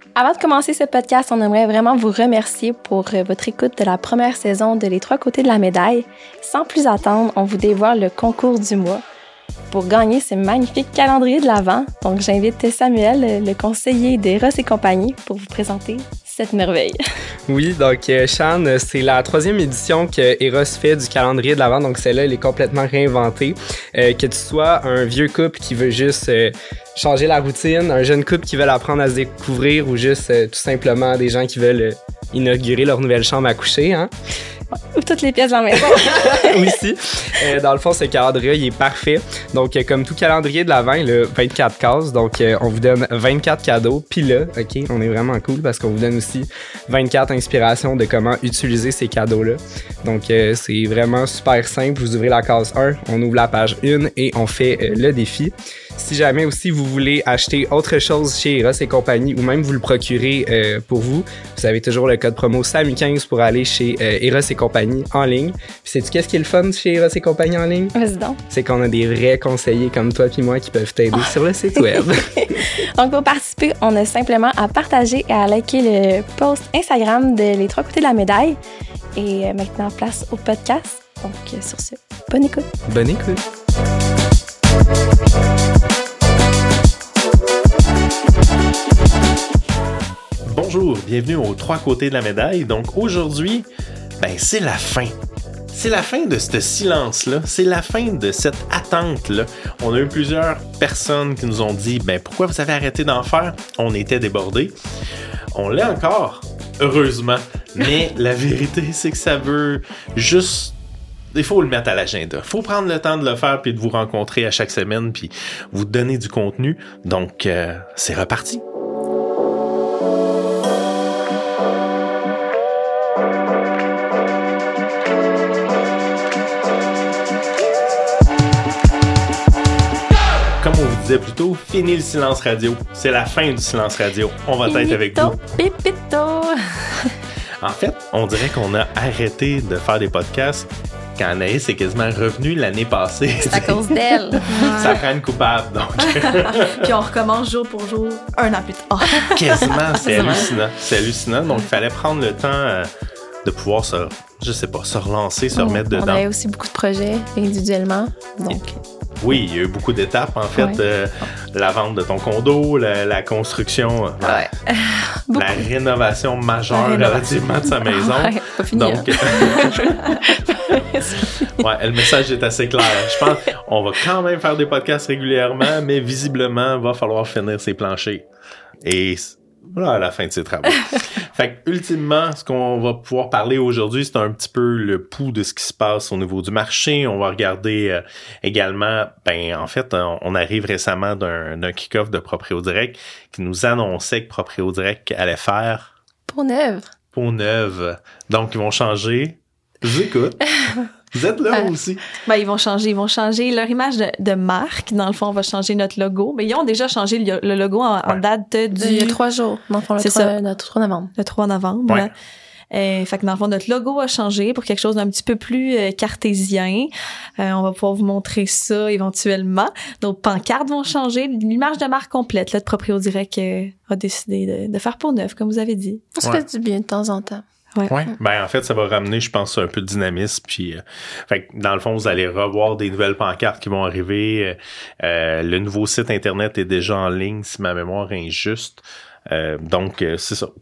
Avant de commencer ce podcast, on aimerait vraiment vous remercier pour votre écoute de la première saison de Les Trois Côtés de la Médaille. Sans plus attendre, on vous dévoile le concours du mois. Pour gagner ce magnifique calendrier de l'Avent, donc j'invite Samuel, le conseiller d'Eros et compagnie, pour vous présenter cette merveille. Oui, donc Sean, c'est la 3e édition que Eros fait du calendrier de l'Avent, donc celle-là, elle est complètement réinventée. Que tu sois un vieux couple qui veut juste changer la routine, un jeune couple qui veut apprendre à se découvrir ou juste tout simplement des gens qui veulent inaugurer leur nouvelle chambre à coucher, hein? Ou toutes les pièces de la maison. Aussi. Dans le fond, ce calendrier, il est parfait. Donc, comme tout calendrier de l'Avent, il a 24 cases. Donc, on vous donne 24 cadeaux. Puis là, OK, on est vraiment cool parce qu'on vous donne aussi 24 inspirations de comment utiliser ces cadeaux-là. Donc, c'est vraiment super simple. Vous ouvrez la case 1, on ouvre la page 1 et on fait le défi. Si jamais aussi vous voulez acheter autre chose chez Eros et compagnie ou même vous le procurer pour vous, vous avez toujours le code promo SAMU15 pour aller chez Eros et compagnie en ligne. Puis sais-tu qu'est-ce qui est le fun chez Eros et compagnie en ligne? Vas-y donc. C'est qu'on a des vrais conseillers comme toi puis moi qui peuvent t'aider sur le site web. Donc pour participer, on a simplement à partager et à liker le post Instagram de Les Trois Côtés de la Médaille. Et maintenant, place au podcast. Donc sur ce, bonne écoute. Bonne écoute. Bonjour, bienvenue aux Trois Côtés de la Médaille. Donc aujourd'hui, c'est la fin. C'est la fin de ce silence-là, c'est la fin de cette attente-là. On a eu plusieurs personnes qui nous ont dit « Pourquoi vous avez arrêté d'en faire? » On était débordés. On l'est encore, heureusement. Mais la vérité, c'est que ça veut juste... Il faut le mettre à l'agenda. Il faut prendre le temps de le faire puis de vous rencontrer à chaque semaine puis vous donner du contenu. Donc, c'est reparti. Comme on vous disait plus tôt, fini le silence radio. C'est la fin du silence radio. On va être avec vous. Pipito. En fait, on dirait qu'on a arrêté de faire des podcasts quand Anaïs est quasiment revenue l'année passée. C'est à cause d'elle. Ça prend une coupable, donc. Puis on recommence jour pour jour, un an plus tard. Quasiment, c'est hallucinant. C'est hallucinant. Donc, il fallait prendre le temps de pouvoir se relancer, se remettre dedans. On avait aussi beaucoup de projets individuellement, donc... Oui, il y a eu beaucoup d'étapes, en fait. Ouais. La vente de ton condo, la construction, la rénovation majeure relativement de sa maison. Ouais, pas fini. Donc, le message est assez clair. Je pense qu'on va quand même faire des podcasts régulièrement, mais visiblement, il va falloir finir ses planchers. Et voilà la fin de ses travaux. Fait que, ultimement, ce qu'on va pouvoir parler aujourd'hui, c'est un petit peu le pouls de ce qui se passe au niveau du marché. On va regarder également, en fait, on arrive récemment d'un kick-off de Proprio Direct qui nous annonçait que Proprio Direct allait faire... Peau neuve. Donc, ils vont changer. Je vous écoute. Vous êtes là aussi. Ils vont changer leur image de marque. Dans le fond, on va changer notre logo. Mais ils ont déjà changé le logo en date du... Il y a 3 jours. Dans le fond, le 3 novembre. Le 3 novembre. Ouais. Fait que dans le fond, notre logo a changé pour quelque chose d'un petit peu plus cartésien. On va pouvoir vous montrer ça éventuellement. Nos pancartes vont changer. L'image de marque complète là, de Proprio Direct a décidé de faire peau neuve, comme vous avez dit. Ça fait du bien de temps en temps. Ouais. En fait, ça va ramener, je pense, un peu de dynamisme. Puis, fait que dans le fond, vous allez revoir des nouvelles pancartes qui vont arriver. Le nouveau site Internet est déjà en ligne, si ma mémoire est injuste. Donc, c'est ça.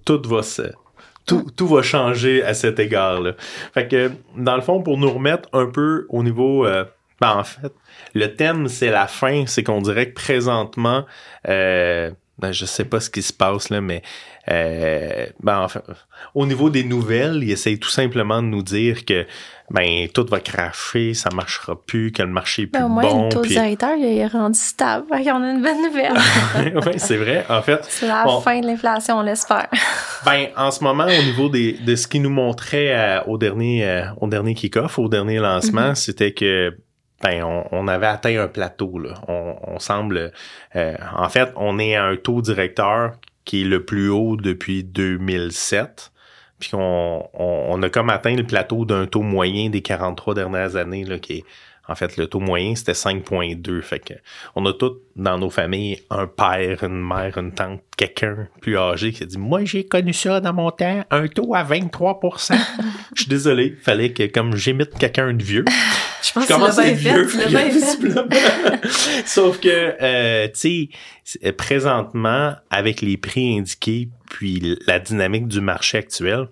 Tout va changer à cet égard-là. Fait que, dans le fond, pour nous remettre un peu au niveau... en fait, le thème, c'est la fin. C'est qu'on dirait que présentement... je sais pas ce qui se passe, là, mais... enfin, au niveau des nouvelles, ils essayent tout simplement de nous dire que tout va crasher, ça marchera plus, que le marché est plus au moins, bon. Le taux directeur, il est rendu stable. On a une bonne nouvelle. Oui, c'est vrai. En fait, c'est la fin de l'inflation, on l'espère. En ce moment, au niveau de ce qu'ils nous montraient au dernier kick-off, au dernier lancement, c'était que on avait atteint un plateau, là. On semble... en fait, on est à un taux directeur qui est le plus haut depuis 2007. Puis on a comme atteint le plateau d'un taux moyen des 43 dernières années, là, qui est En fait, le taux moyen, c'était 5,2. Fait que on a tous dans nos familles un père, une mère, une tante, quelqu'un plus âgé qui a dit « Moi, j'ai connu ça dans mon temps, un taux à 23%. » Je suis désolé, fallait que comme j'imite quelqu'un de vieux. Je pense que tu l'as bien fait. Sauf que, tu sais, présentement, avec les prix indiqués puis la dynamique du marché actuel,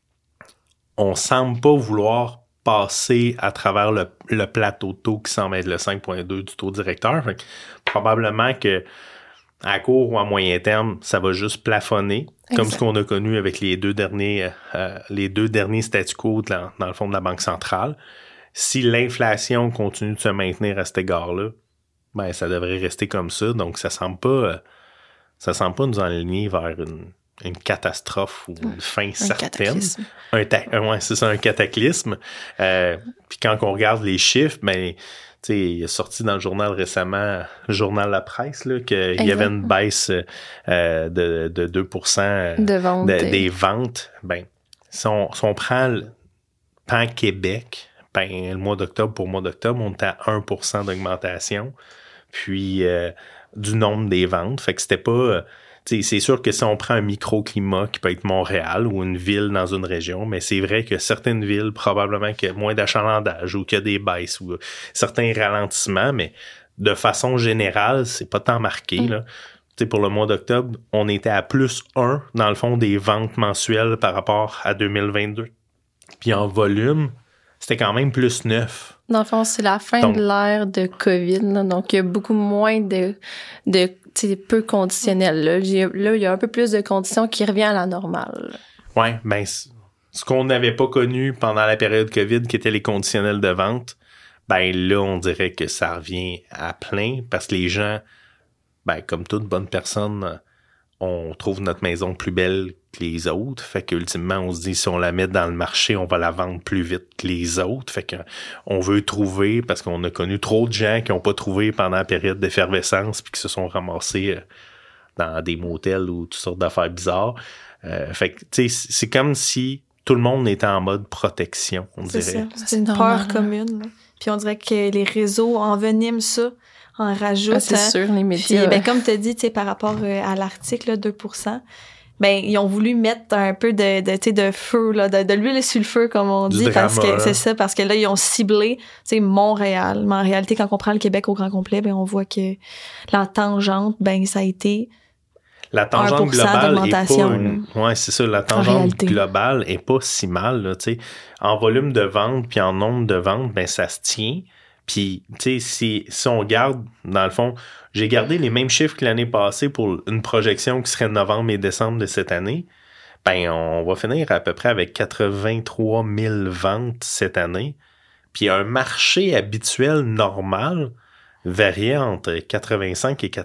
on semble pas vouloir passer à travers le plateau de taux qui semble être le 5,2 du taux directeur. Fait que probablement que à court ou à moyen terme, ça va juste plafonner, comme ce qu'on a connu avec les deux derniers statu quo dans le fond de la Banque centrale. Si l'inflation continue de se maintenir à cet égard-là, ben ça devrait rester comme ça. Donc ça semble pas nous enligner vers une catastrophe ou une fin certaine. C'est ça, un cataclysme. Puis quand on regarde les chiffres, ben, tu sais, il est sorti dans le journal récemment, le journal La Presse, là, qu'il y avait une baisse de 2% des ventes. Ben, si on prend Québec, ben, le mois d'octobre, on était à 1% d'augmentation. Puis, du nombre des ventes. Fait que c'était pas... c'est sûr que si on prend un microclimat qui peut être Montréal ou une ville dans une région, mais c'est vrai que certaines villes, probablement qu'il y a moins d'achalandage ou qu'il y a des baisses ou certains ralentissements, mais de façon générale, c'est pas tant marqué, là. Pour le mois d'octobre, on était à plus 1 dans le fond des ventes mensuelles par rapport à 2022. Puis en volume, c'était quand même plus 9. Dans le fond, c'est la fin de l'ère de COVID, là, donc il y a beaucoup moins de peu conditionnel. Là, il y a un peu plus de conditions qui revient à la normale. Oui, ben ce qu'on n'avait pas connu pendant la période COVID, qui étaient les conditionnels de vente, ben là, on dirait que ça revient à plein, parce que les gens, ben comme toute bonne personne, on trouve notre maison plus belle que les autres. Fait qu'ultimement, on se dit, si on la met dans le marché, on va la vendre plus vite que les autres. Fait qu'on veut trouver, parce qu'on a connu trop de gens qui n'ont pas trouvé pendant la période d'effervescence puis qui se sont ramassés dans des motels ou toutes sortes d'affaires bizarres. Fait que, tu sais, c'est comme si tout le monde était en mode protection, on dirait. Ça. C'est une peur commune. Là. Puis on dirait que les réseaux enveniment ça, en rajoutent. C'est sûr, les médias. Puis, ben, comme tu as dit, par rapport à l'article, là, 2%, ben, ils ont voulu mettre un peu de feu, là, de l'huile sur le feu, comme on dit, parce que c'est ça, parce que là, ils ont ciblé, Montréal. Mais en réalité, quand on prend le Québec au grand complet, ben, on voit que la tangente, ben, ça a été la tangente globale est pas ouais, c'est ça, la tangente globale est pas si mal, là, tu sais. En volume de vente puis en nombre de ventes, ben, ça se tient. Puis, tu sais, si on regarde, dans le fond, j'ai gardé les mêmes chiffres que l'année passée pour une projection qui serait novembre et décembre de cette année. Ben, on va finir à peu près avec 83 000 ventes cette année. Puis, un marché habituel normal variait entre 85 et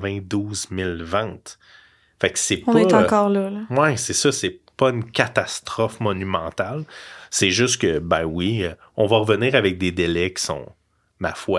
92 000 ventes. Fait que c'est pas... On est encore là. Ouais, c'est ça, c'est pas une catastrophe monumentale. C'est juste que, ben oui, on va revenir avec des délais qui sont, ma foi,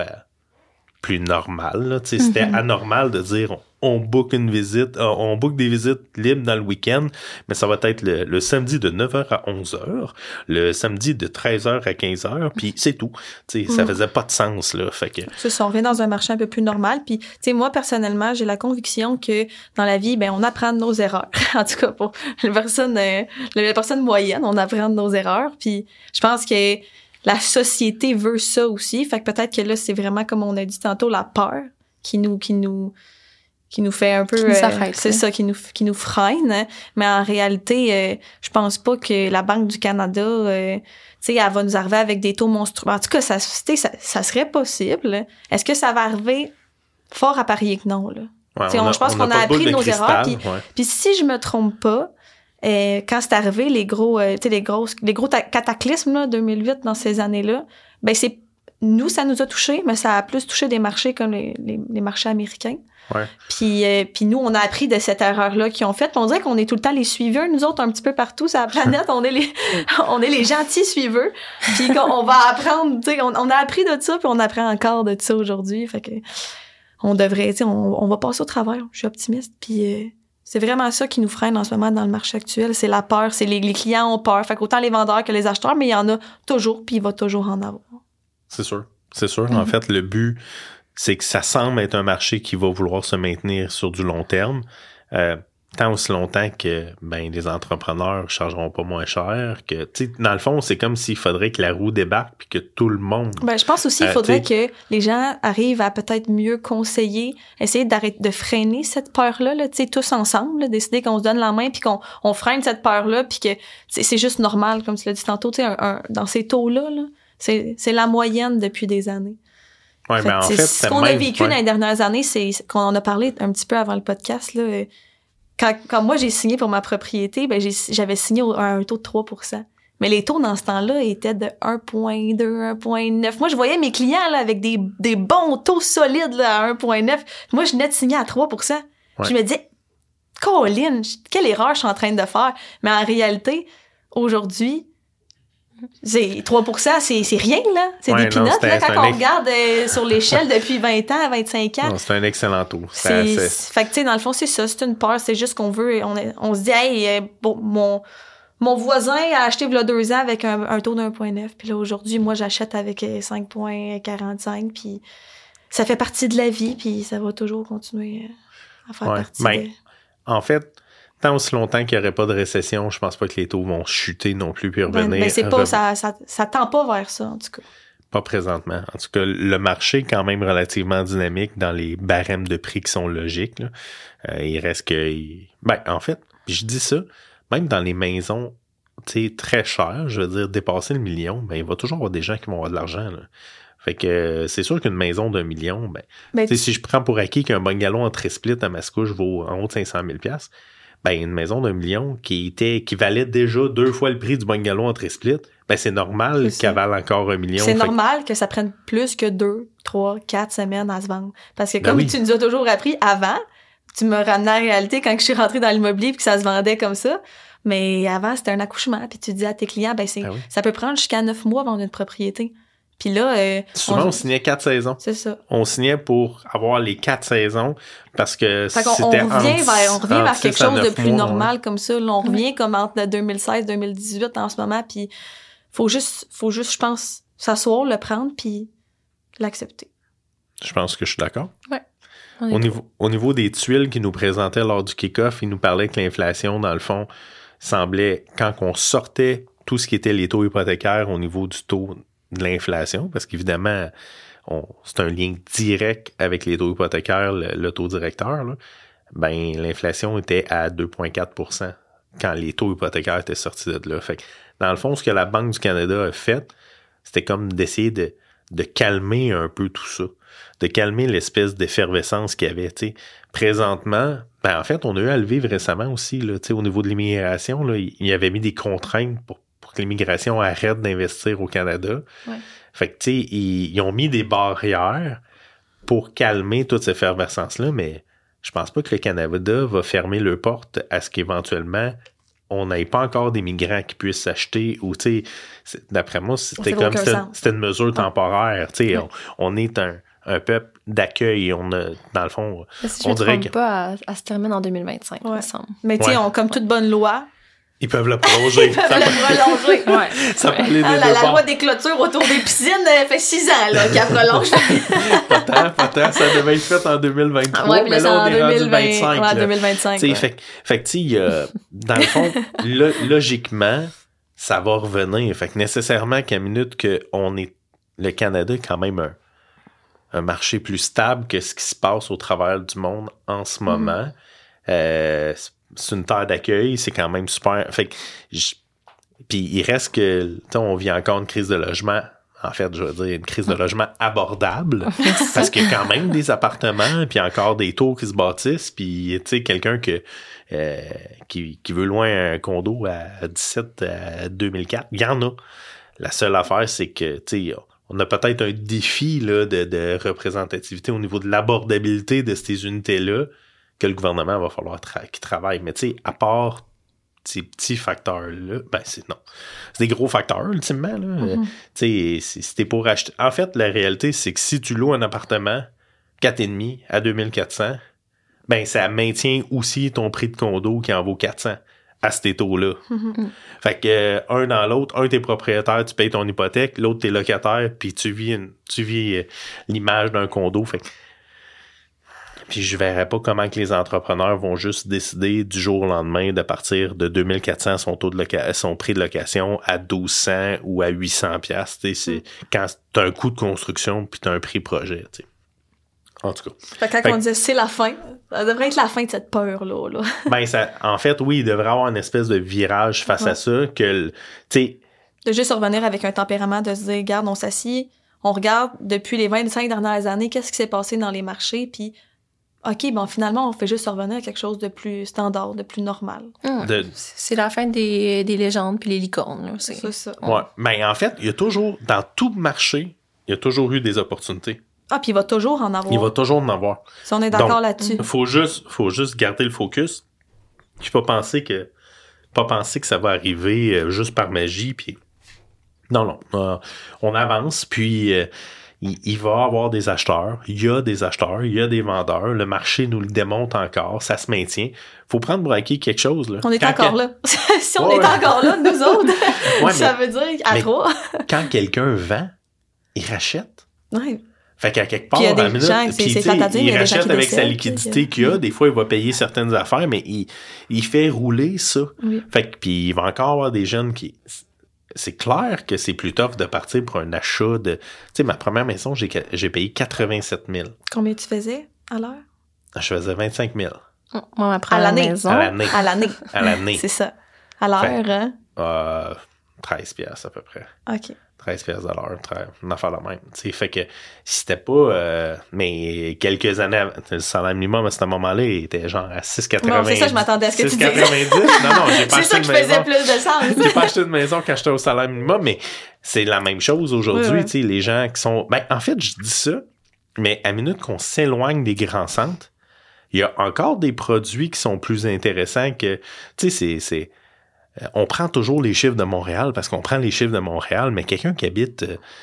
plus normales. Là. C'était anormal de dire on book une visite, on book des visites libres dans le week-end, mais ça va être le samedi de 9h à 11h, le samedi de 13h à 15h, puis c'est tout. Ça faisait pas de sens. Là, fait que... Ça, on revient dans un marché un peu plus normal. Puis, moi, personnellement, j'ai la conviction que dans la vie, ben, on apprend de nos erreurs. En tout cas, pour la personne moyenne, on apprend de nos erreurs. Puis, je pense que la société veut ça aussi. Fait que peut-être que là, c'est vraiment, comme on a dit tantôt, la peur qui nous fait un peu... c'est ça, qui nous freine. Mais en réalité, je pense pas que la Banque du Canada, elle va nous arriver avec des taux monstrueux. En tout cas, ça serait possible. Est-ce que ça va arriver? Fort à parier que non, là. Ouais, je pense qu'on a appris de nos erreurs. Puis si je me trompe pas, quand c'est arrivé, les gros cataclysmes, là, 2008, dans ces années-là, ben nous, ça nous a touchés, mais ça a plus touché des marchés comme les marchés américains. Ouais. Puis nous, on a appris de cette erreur-là qu'ils ont faite. On dirait qu'on est tout le temps les suiveurs, nous autres, un petit peu partout sur la planète. On est les gentils suiveurs. Puis on va apprendre, on a appris de ça, puis on apprend encore de ça aujourd'hui. Fait que on devrait, on va passer au travers. Je suis optimiste. Puis c'est vraiment ça qui nous freine en ce moment dans le marché actuel. C'est la peur. C'est les clients ont peur. Fait qu'autant les vendeurs que les acheteurs, mais il y en a toujours, puis il va toujours en avoir. C'est sûr. c'est sûr. En fait, le but, c'est que ça semble être un marché qui va vouloir se maintenir sur du long terme. Tant aussi longtemps que les entrepreneurs ne chargeront pas moins cher, que tu sais, dans le fond, c'est comme s'il faudrait que la roue débarque puis que tout le monde. Je pense aussi qu'il faudrait que les gens arrivent à peut-être mieux conseiller, essayer de freiner cette peur-là, là, tu sais, tous ensemble, là, décider qu'on se donne la main puis qu'on freine cette peur-là puis que c'est juste normal, comme tu l'as dit tantôt, tu sais, dans ces taux-là, là, c'est la moyenne depuis des années. Ouais, en fait, ce qu'on a vécu dans les dernières années, c'est qu'on en a parlé un petit peu avant le podcast, là. Quand moi j'ai signé pour ma propriété, j'avais signé à un taux de 3%. Mais les taux dans ce temps-là étaient de 1,2, 1,9. Moi, je voyais mes clients là avec des bons taux solides là, à 1,9. Moi, je venais de signer à 3%. Ouais. Je me disais, Colin, quelle erreur je suis en train de faire. Mais en réalité, aujourd'hui, 3%, c'est rien, là. C'est des peanuts, là, quand on regarde sur l'échelle depuis 20 ans, 25 ans. Non, c'est un excellent taux. Fait que, tu sais, dans le fond, c'est ça. C'est une peur. C'est juste qu'on veut... On se dit, hey, mon voisin a acheté il y a 2 ans avec un taux de 1,9. Puis là, aujourd'hui, moi, j'achète avec 5,45. Puis ça fait partie de la vie. Puis ça va toujours continuer à faire partie En fait... Tant aussi longtemps qu'il n'y aurait pas de récession, je pense pas que les taux vont chuter non plus puis revenir. C'est pas, ça tend pas vers ça, en tout cas. Pas présentement. En tout cas, le marché est quand même relativement dynamique dans les barèmes de prix qui sont logiques, là. Il reste que... en fait, je dis ça, même dans les maisons très chères, je veux dire, dépasser le million, il va toujours y avoir des gens qui vont avoir de l'argent, là. Fait que c'est sûr qu'une maison d'1 million, si je prends pour acquis qu'un bungalow en tri-split à Mascouche vaut en haut de 500 000 $, une maison d'1 million qui valait déjà 2 fois le prix du bungalow en tri-split, c'est normal qu'elle vale encore 1 million. C'est normal que ça prenne plus que 2, 3, 4 semaines à se vendre. Parce que comme tu nous as toujours appris avant, tu me ramenais à la réalité quand je suis rentrée dans l'immobilier puis que ça se vendait comme ça. Mais avant, c'était un accouchement. Puis tu dis à tes clients, ça peut prendre jusqu'à 9 mois à vendre une propriété. Puis là... souvent, on signait 4 saisons. C'est ça. On signait pour avoir les 4 saisons parce que c'était on revient vers quelque chose de plus normal comme ça. Là, on revient comme entre 2016 2018 en ce moment. Puis faut juste, je pense, s'asseoir, le prendre puis l'accepter. Je pense que je suis d'accord. Ouais. Au niveau des tuiles qu'ils nous présentaient lors du kick-off, ils nous parlaient que l'inflation, dans le fond, semblait, quand on sortait tout ce qui était les taux hypothécaires au niveau du taux de l'inflation, parce qu'évidemment, c'est un lien direct avec les taux hypothécaires, le taux directeur, là, l'inflation était à 2,4% quand les taux hypothécaires étaient sortis de là. Fait que, dans le fond, ce que la Banque du Canada a fait, c'était comme d'essayer de calmer un peu tout ça, de calmer l'espèce d'effervescence qu'il y avait. T'sais. Présentement, en fait, on a eu à le vivre récemment aussi, là, au niveau de l'immigration, là, il avait mis des contraintes pour que l'immigration arrête d'investir au Canada. Ouais. Fait que, tu sais, ils ont mis des barrières pour calmer toute cette effervescence-là, mais je pense pas que le Canada va fermer leurs portes à ce qu'éventuellement on n'ait pas encore des migrants qui puissent s'acheter ou, tu sais, d'après moi, c'était une mesure temporaire. Tu sais, on est un peuple d'accueil et on a, dans le fond, on dirait que... pas à se terminer en 2025, il me semble. Mais tu sais, comme toute bonne loi, ils peuvent le prolonger. Ça peut aller la loi des clôtures autour des piscines fait 6 ans là, qu'elle prolonge. Pas tant. Ça devait être fait en 2023, mais là, on est rendu 25. Ouais, 2025. Fait que, tu sais, dans le fond, logiquement, ça va revenir. Fait que nécessairement, qu'à minute le Canada est quand même un marché plus stable que ce qui se passe au travers du monde en ce moment. C'est une terre d'accueil, c'est quand même super. Fait que puis il reste que on vit encore une crise de logement. En fait, je veux dire une crise de logement abordable parce qu'il y a quand même des appartements puis encore des tours qui se bâtissent puis tu sais quelqu'un qui veut loin un condo à 17 à 2004, il y en a. La seule affaire c'est que tu sais on a peut-être un défi là de représentativité au niveau de l'abordabilité de ces unités-là que le gouvernement va falloir qu'il travaille. Mais tu sais, à part ces petits facteurs-là, c'est des gros facteurs, ultimement. Là. Tu sais, si t'es pour acheter... En fait, la réalité, c'est que si tu loues un appartement 4,5 à 2400, ça maintient aussi ton prix de condo qui en vaut 400. à ces taux-là. Fait que un dans l'autre, un t'es propriétaire, tu payes ton hypothèque, l'autre t'es locataire, puis tu vis l'image d'un condo. Fait que puis je verrais pas comment que les entrepreneurs vont juste décider du jour au lendemain de partir de 2400 son prix de location à 1200 ou à 800 piastres. C'est quand t'as un coût de construction puis t'as un prix projet. T'sais. En tout cas. Fait que quand on disait c'est la fin, ça devrait être la fin de cette peur-là. Là. Ben en fait, oui, il devrait avoir une espèce de virage face à ça que, tu sais. De juste revenir avec un tempérament de se dire, regarde, on s'assied, on regarde depuis les 25 dernières années, qu'est-ce qui s'est passé dans les marchés, puis OK, bon, finalement, on fait juste revenir à quelque chose de plus standard, de plus normal. C'est la fin des légendes puis les licornes. Là, c'est ça. Ouais. Mais en fait, il y a toujours, dans tout marché, il y a toujours eu des opportunités. Ah, puis il va toujours en avoir. Il va toujours en avoir. Si on est d'accord là-dessus. Faut juste garder le focus. Puis pas penser que ça va arriver juste par magie. Puis non. On avance, puis il va y avoir des acheteurs. Il y a des acheteurs, il y a des vendeurs. Le marché nous le démontre encore. Ça se maintient. Faut prendre pour acquis quelque chose. Là. On est encore là. Si on est encore là, nous autres, ça veut dire à trois. Quand quelqu'un vend, il rachète. Ouais. Fait qu'à quelque part, il rachète avec sa liquidité qu'il a. Des fois, il va payer certaines affaires, mais il fait rouler ça. Oui. Fait que, puis il va encore avoir des jeunes qui... C'est clair que c'est plus tough de partir pour un achat de... Tu sais, ma première maison, j'ai payé 87 000. Combien tu faisais à l'heure? Je faisais 25 000. Moi, ma première maison... À l'année. C'est ça. À l'heure, hein? 13 piastres à peu près. OK. 13 piastres de l'heure, une affaire la même. T'sais, fait que si c'était pas... mais quelques années avant, le salaire minimum à ce moment-là, il était genre à 6,90. Bon, c'est ça, je m'attendais à ce que tu dises. 6,90. Non, j'ai pas acheté une maison. C'est ça qui faisait plus de sens. J'ai pas acheté une maison quand j'étais au salaire minimum, mais c'est la même chose aujourd'hui. Oui. T'sais, les gens qui sont... Ben, en fait, je dis ça, mais à minute qu'on s'éloigne des grands centres, il y a encore des produits qui sont plus intéressants que... Tu sais, on prend toujours les chiffres de Montréal parce qu'on prend les chiffres de Montréal, mais quelqu'un qui habite,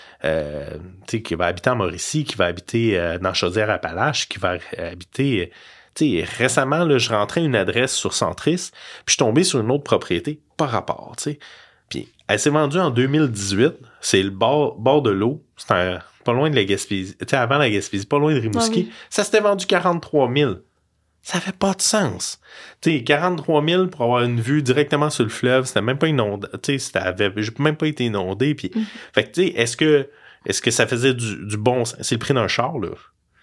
qui va habiter en Mauricie, qui va habiter dans Chaudière-Appalaches, qui va habiter... récemment, là, je rentrais une adresse sur Centris, puis je suis tombé sur une autre propriété, pas rapport, tu sais. Puis elle s'est vendue en 2018, c'est le bord de l'eau, c'était pas loin de la Gaspésie, tu sais, avant la Gaspésie, pas loin de Rimouski, ça s'était vendu 43 000. Ça fait pas de sens. Tu sais, 43 000 pour avoir une vue directement sur le fleuve, c'était même pas inondé. Tu sais, j'ai même pas été inondé. Puis, fait que, tu sais, est-ce que ça faisait du bon sens? C'est le prix d'un char, là.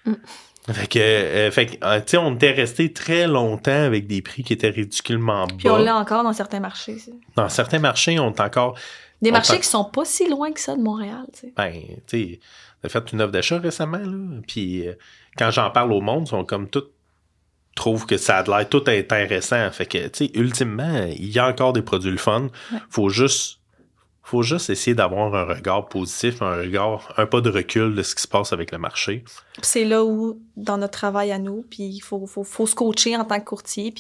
Fait que, tu sais, on était resté très longtemps avec des prix qui étaient ridiculement bas. Puis on l'a encore dans certains marchés. Ça. Dans certains marchés, on est encore... Des marchés qui sont pas si loin que ça de Montréal, tu sais. Ben, tu sais, on a fait une offre d'achat récemment, là. Puis, quand j'en parle au monde, ils sont comme tout trouve que ça a l'air tout intéressant. Fait que, tu sais, ultimement, il y a encore des produits le fun. Ouais. Faut juste essayer d'avoir un regard positif, un pas de recul de ce qui se passe avec le marché. C'est là où, dans notre travail à nous, puis il faut se coacher en tant que courtier,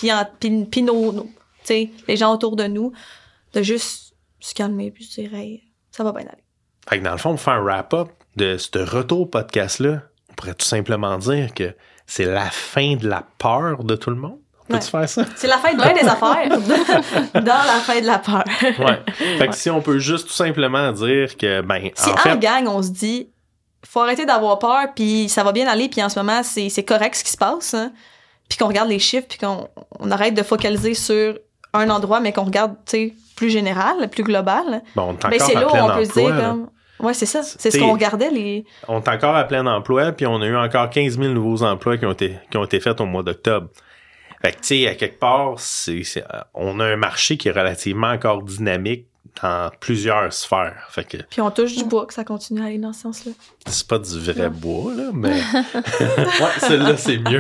puis nos tu sais, les gens autour de nous, de juste se calmer, puis se dire, hey, ça va bien aller. Fait que dans le fond, pour faire un wrap-up de ce retour podcast-là, on pourrait tout simplement dire que c'est la fin de la peur de tout le monde. Peux-tu faire ça? C'est la fin de bien des affaires. Dans la fin de la peur. Ouais. Fait que si on peut juste tout simplement dire que, ben, si en gang, on se dit, faut arrêter d'avoir peur, puis ça va bien aller, puis en ce moment, c'est correct ce qui se passe, hein, puis qu'on regarde les chiffres, puis qu'on arrête de focaliser sur un endroit, mais qu'on regarde, tu sais, plus général, plus global. Bon, on est encore mais c'est là où on peut se dire, là. comme... Ouais, c'est ça. C'est ce qu'on regardait. On est encore à plein emploi, puis on a eu encore 15 000 nouveaux emplois qui ont été faits au mois d'octobre. Fait que, tu sais, à quelque part, on a un marché qui est relativement encore dynamique dans plusieurs sphères. Fait que, puis on touche du bois, que ça continue à aller dans ce sens-là. C'est pas du vrai bois, là, mais... ouais, celle-là, c'est mieux.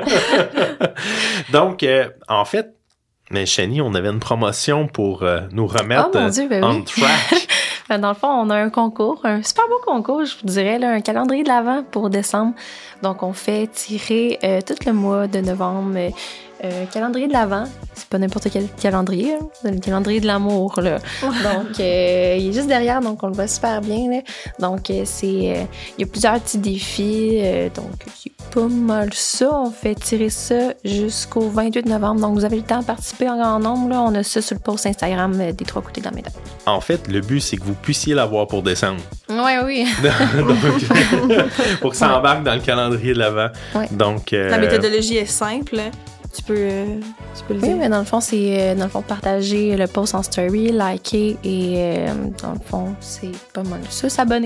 Donc, en fait, mais Chani, on avait une promotion pour nous remettre on track. Dans le fond, on a un concours, un super beau concours, je vous dirais, là, un calendrier de l'Avent pour décembre. Donc, on fait tirer tout le mois de novembre un calendrier de l'Avent. C'est pas n'importe quel calendrier, hein. C'est le calendrier de l'amour, là. Donc, il est juste derrière, donc on le voit super bien, là. Donc, il y a plusieurs petits défis, donc c'est pas mal ça. On fait tirer ça jusqu'au 28 novembre, donc vous avez le temps de participer en grand nombre, là. On a ça sur le post Instagram des trois côtés de la médaille. En fait, le but, c'est que vous puissiez l'avoir pour décembre. Oui. Donc, pour que ça embarque dans le calendrier de l'Avent. Ouais. Donc, La méthodologie est simple. Tu peux le Oui, dire. mais dans le fond, c'est partager le post en story, liker et dans le fond, c'est pas mal ça. S'abonner.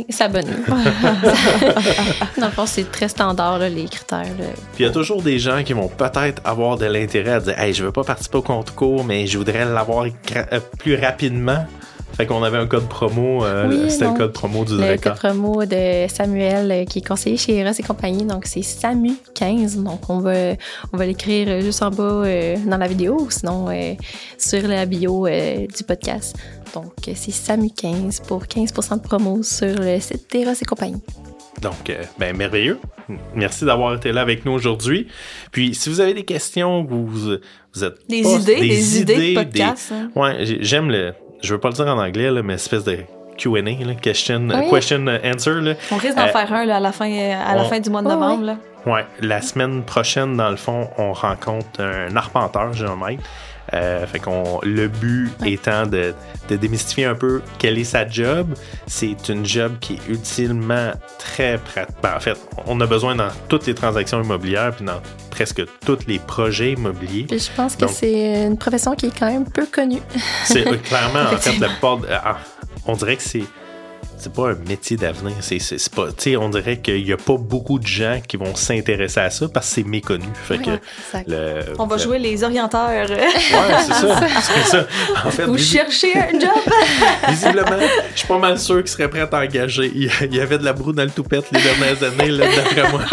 Dans le fond, c'est très standard, là, les critères. Là. Puis il y a toujours des gens qui vont peut-être avoir de l'intérêt à dire « Hey, je veux pas participer au concours, mais je voudrais l'avoir plus rapidement. » Fait qu'on avait un code promo, c'était le code promo du directeur. Le code promo de Samuel qui est conseiller chez Eros et compagnie, donc c'est SAMU15. Donc on va l'écrire juste en bas dans la vidéo ou sinon sur la bio du podcast. Donc c'est SAMU15 pour 15% de promo sur le site Eros et compagnie. Donc, merveilleux. Merci d'avoir été là avec nous aujourd'hui. Puis, si vous avez des questions, vous êtes des idées de podcast. Ouais, j'aime je veux pas le dire en anglais, là, mais espèce de Q&A, là, question answer. Là. On risque d'en faire un là, à la fin du mois de novembre. Là. Ouais, la semaine prochaine, dans le fond, on rencontre un arpenteur géomètre. Fait le but étant de démystifier un peu quelle est sa job. C'est une job qui est utilement très pratique. En fait, on a besoin dans toutes les transactions immobilières puis dans presque tous les projets immobiliers. Puis je pense que c'est une profession qui est quand même peu connue. C'est clairement, en fait, la plupart... on dirait que c'est pas un métier d'avenir. C'est pas, on dirait qu'il n'y a pas beaucoup de gens qui vont s'intéresser à ça parce que c'est méconnu. Fait que on va jouer les orienteurs. Ouais, c'est ça. En fait, vous cherchez un job. Visiblement, je suis pas mal sûr qu'ils seraient prêts à t'engager. Il y avait de la broue dans le toupette les dernières années, là, d'après moi.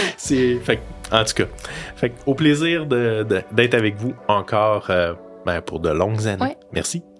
En tout cas, au plaisir d'être avec vous encore pour de longues années. Ouais. Merci.